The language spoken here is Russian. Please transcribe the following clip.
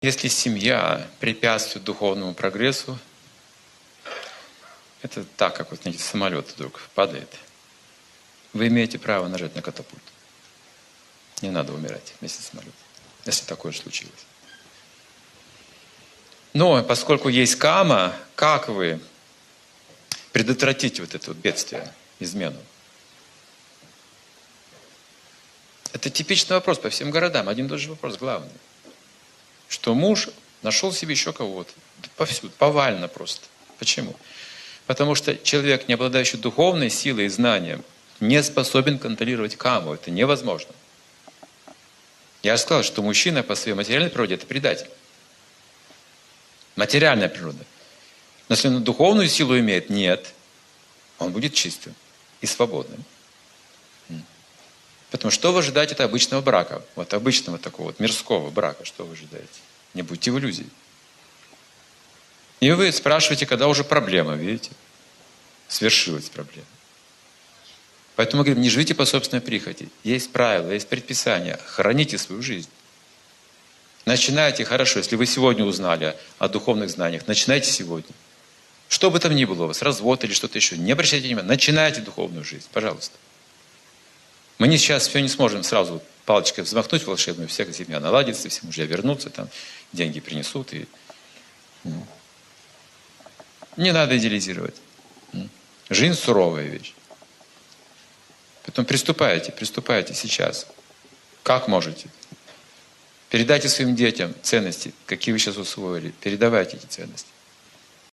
Если семья препятствует духовному прогрессу, это так, как вот, знаете, самолет вдруг падает. Вы имеете право нажать на катапульт. Не надо умирать вместе с самолетом, если такое случилось. Но поскольку есть кама, как вы предотвратите вот это вот бедствие, измену? Это типичный вопрос по всем городам. Один и тот же вопрос главный. Что муж нашел себе еще кого-то. Повсюду, повально просто. Почему? Потому что человек, не обладающий духовной силой и знанием, не способен контролировать каму. Это невозможно. Я же сказал, что мужчина по своей материальной природе – это предатель. Материальная природа. Но если он духовную силу имеет, нет. Он будет чистым и свободным. Поэтому что вы ожидаете от обычного брака? Вот обычного такого вот мирского брака. Что вы ожидаете? Не будьте в иллюзии. И вы спрашиваете, когда уже проблема, видите? Свершилась проблема. Поэтому мы говорим, не живите по собственной прихоти. Есть правила, есть предписания. Храните свою жизнь. Начинайте хорошо. Если вы сегодня узнали о духовных знаниях, начинайте сегодня. Что бы там ни было у вас, развод или что-то еще, не обращайте внимания. Начинайте духовную жизнь, пожалуйста. Мы сейчас все не сможем сразу палочкой взмахнуть волшебную, вся семья наладится, все мужья вернутся, там, деньги принесут. И... Не надо идеализировать. Жизнь суровая вещь. Поэтому приступайте сейчас. Как можете. Передайте своим детям ценности, какие вы сейчас усвоили. Передавайте эти ценности.